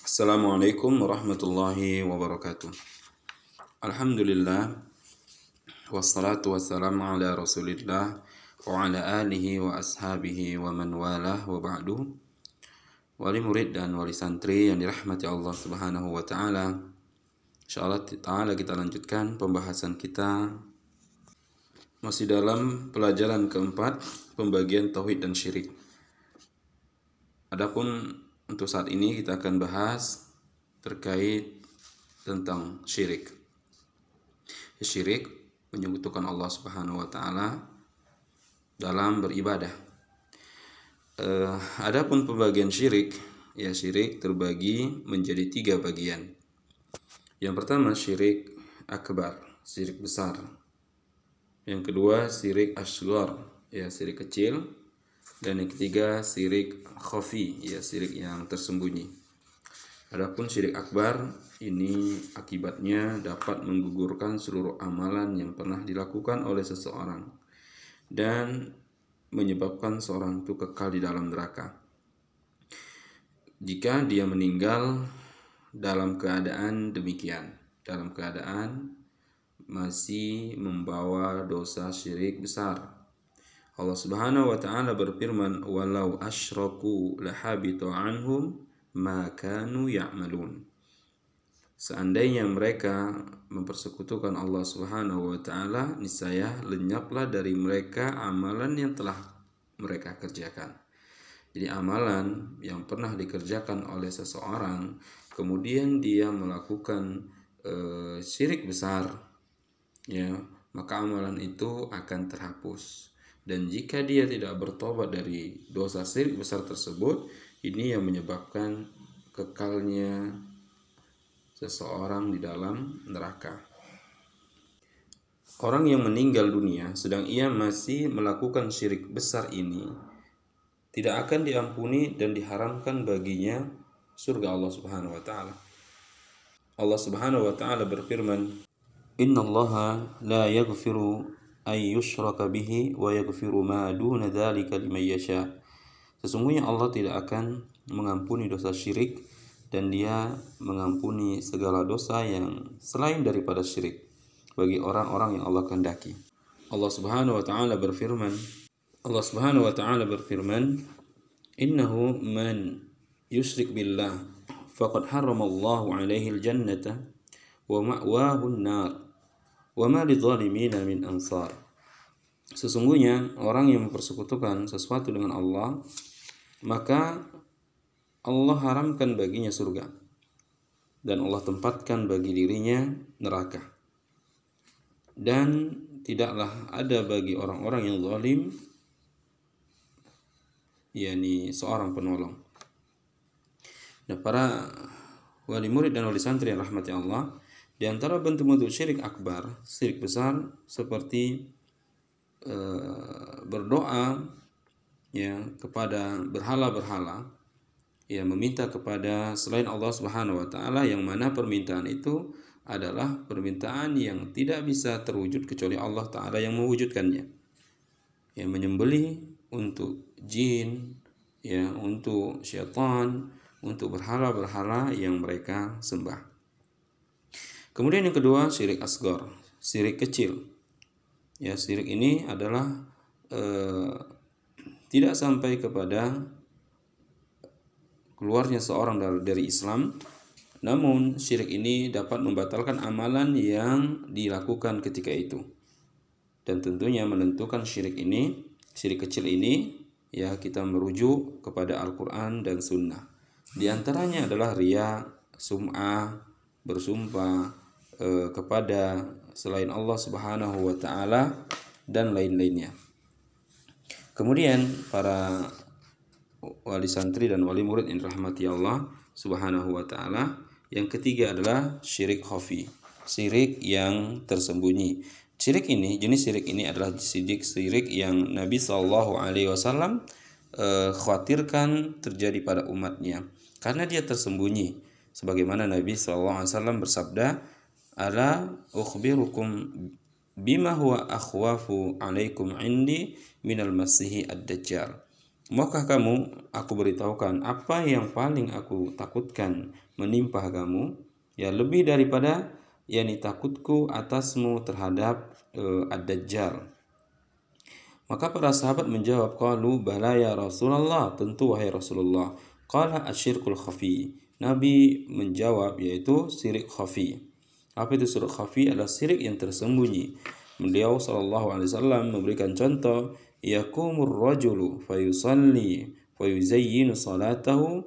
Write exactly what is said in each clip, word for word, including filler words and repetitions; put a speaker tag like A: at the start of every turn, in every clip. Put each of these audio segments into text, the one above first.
A: Assalamualaikum warahmatullahi wabarakatuh. Alhamdulillah, wassalatu wassalamu ala rasulillah wa ala alihi wa ashabihi wa man walah wa ba'du. Wali murid dan wali santri yang dirahmati Allah subhanahu wa ta'ala, insyaallah ta'ala kita lanjutkan pembahasan kita masih dalam pelajaran keempat, pembagian tauhid dan syirik. Adapun untuk saat ini kita akan bahas terkait tentang syirik. Syirik menyekutukan Allah Subhanahu wa taala dalam beribadah. Uh, adapun pembagian syirik, ya syirik terbagi menjadi tiga bagian. Yang pertama syirik akbar, syirik besar. Yang kedua syirik asghar, ya syirik kecil. Dan yang ketiga syirik khafi, ya syirik yang tersembunyi. Adapun syirik akbar ini akibatnya dapat menggugurkan seluruh amalan yang pernah dilakukan oleh seseorang dan menyebabkan seorang itu kekal di dalam neraka jika dia meninggal dalam keadaan demikian, dalam keadaan masih membawa dosa syirik besar. Allah Subhanahu wa taala berfirman, "Walau asyraku lahabita anhum ma kanu ya'malun." Seandainya mereka mempersekutukan Allah Subhanahu wa taala, niscaya lenyaplah dari mereka amalan yang telah mereka kerjakan. Jadi amalan yang pernah dikerjakan oleh seseorang, kemudian dia melakukan e, syirik besar, ya, maka amalan itu akan terhapus. Dan jika dia tidak bertobat dari dosa syirik besar tersebut, ini yang menyebabkan kekalnya seseorang di dalam neraka. Orang yang meninggal dunia sedang ia masih melakukan syirik besar ini tidak akan diampuni dan diharamkan baginya surga Allah Subhanahu wa taala. Allah Subhanahu wa taala berfirman, "Innallaha la yaghfiru ay yushraka bihi wa yaghfiru ma duna dzalika liman yasha." Sesungguhnya Allah tidak akan mengampuni dosa syirik dan Dia mengampuni segala dosa yang selain daripada syirik bagi orang-orang yang Allah kehendaki. Allah Subhanahu wa taala berfirman, Allah Subhanahu wa taala berfirman, "Innahu man yusyrik billah faqad harramallahu 'alaihi al-jannata wa ma'wahu an-nar wa ma lidzalimina min ansar." Sesungguhnya orang yang mempersekutukan sesuatu dengan Allah, maka Allah haramkan baginya surga dan Allah tempatkan bagi dirinya neraka. Dan tidaklah ada bagi orang-orang yang zalim yakni seorang penolong. Nah, para wali murid dan wali santri yang rahmati Allah, di antara bentuk-bentuk syirik akbar, syirik besar seperti e, berdoa ya kepada berhala-berhala, ya meminta kepada selain Allah Subhanahu wa taala, yang mana permintaan itu adalah permintaan yang tidak bisa terwujud kecuali Allah taala yang mewujudkannya. Ya menyembelih untuk jin, ya untuk syaitan, untuk berhala-berhala yang mereka sembah. Kemudian yang kedua syirik asghar, syirik kecil. Ya syirik ini adalah eh, tidak sampai kepada keluarnya seorang dari Islam, namun syirik ini dapat membatalkan amalan yang dilakukan ketika itu. Dan tentunya menentukan syirik ini, syirik kecil ini, ya kita merujuk kepada Al-Quran dan Sunnah. Di antaranya adalah riya, sum'ah, bersumpah eh, kepada selain Allah Subhanahu wa taala dan lain-lainnya. Kemudian para wali santri dan wali murid yang dirahmati Allah Subhanahu wa taala, yang ketiga adalah syirik khafi, syirik yang tersembunyi. Syirik ini, jenis syirik ini adalah syirik syirik yang Nabi sallallahu alaihi wasallam eh, khawatirkan terjadi pada umatnya karena dia tersembunyi. Sebagaimana Nabi sallallahu alaihi wasallam bersabda, "Ala ukhbirukum bima huwa akhwafu alaikum indi minal masihi ad-dajjal." Maukah kamu aku beritahukan apa yang paling aku takutkan menimpa kamu? Ya, lebih daripada yakni takutku atasmu terhadap uh, Ad-Dajjal. Maka para sahabat menjawab, qalu bala ya Rasulullah, tentu wahai Rasulullah. Qala asyirkul khafi. Nabi menjawab, yaitu syirik khafi. Apa itu syirik khafi? Adalah syirik yang tersembunyi. Beliau sallallahu alaihi wasallam memberikan contoh, yakumur rajulu fayusalli fayuzayyinu salatahu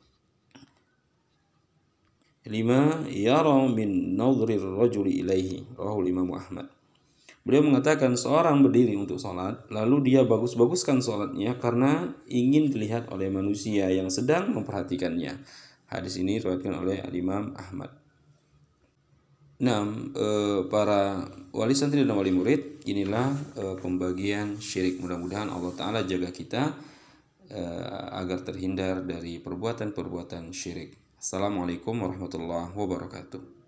A: lima yara min nadhrir rajuli ilaihi. Rawahu Imam Ahmad. Beliau mengatakan seorang berdiri untuk sholat, lalu dia bagus-baguskan sholatnya karena ingin dilihat oleh manusia yang sedang memperhatikannya. Hadis ini diriwayatkan oleh Imam Ahmad. Nah, para wali santri dan wali murid, inilah pembagian syirik. Mudah-mudahan Allah Ta'ala jaga kita agar terhindar dari perbuatan-perbuatan syirik. Assalamualaikum warahmatullahi wabarakatuh.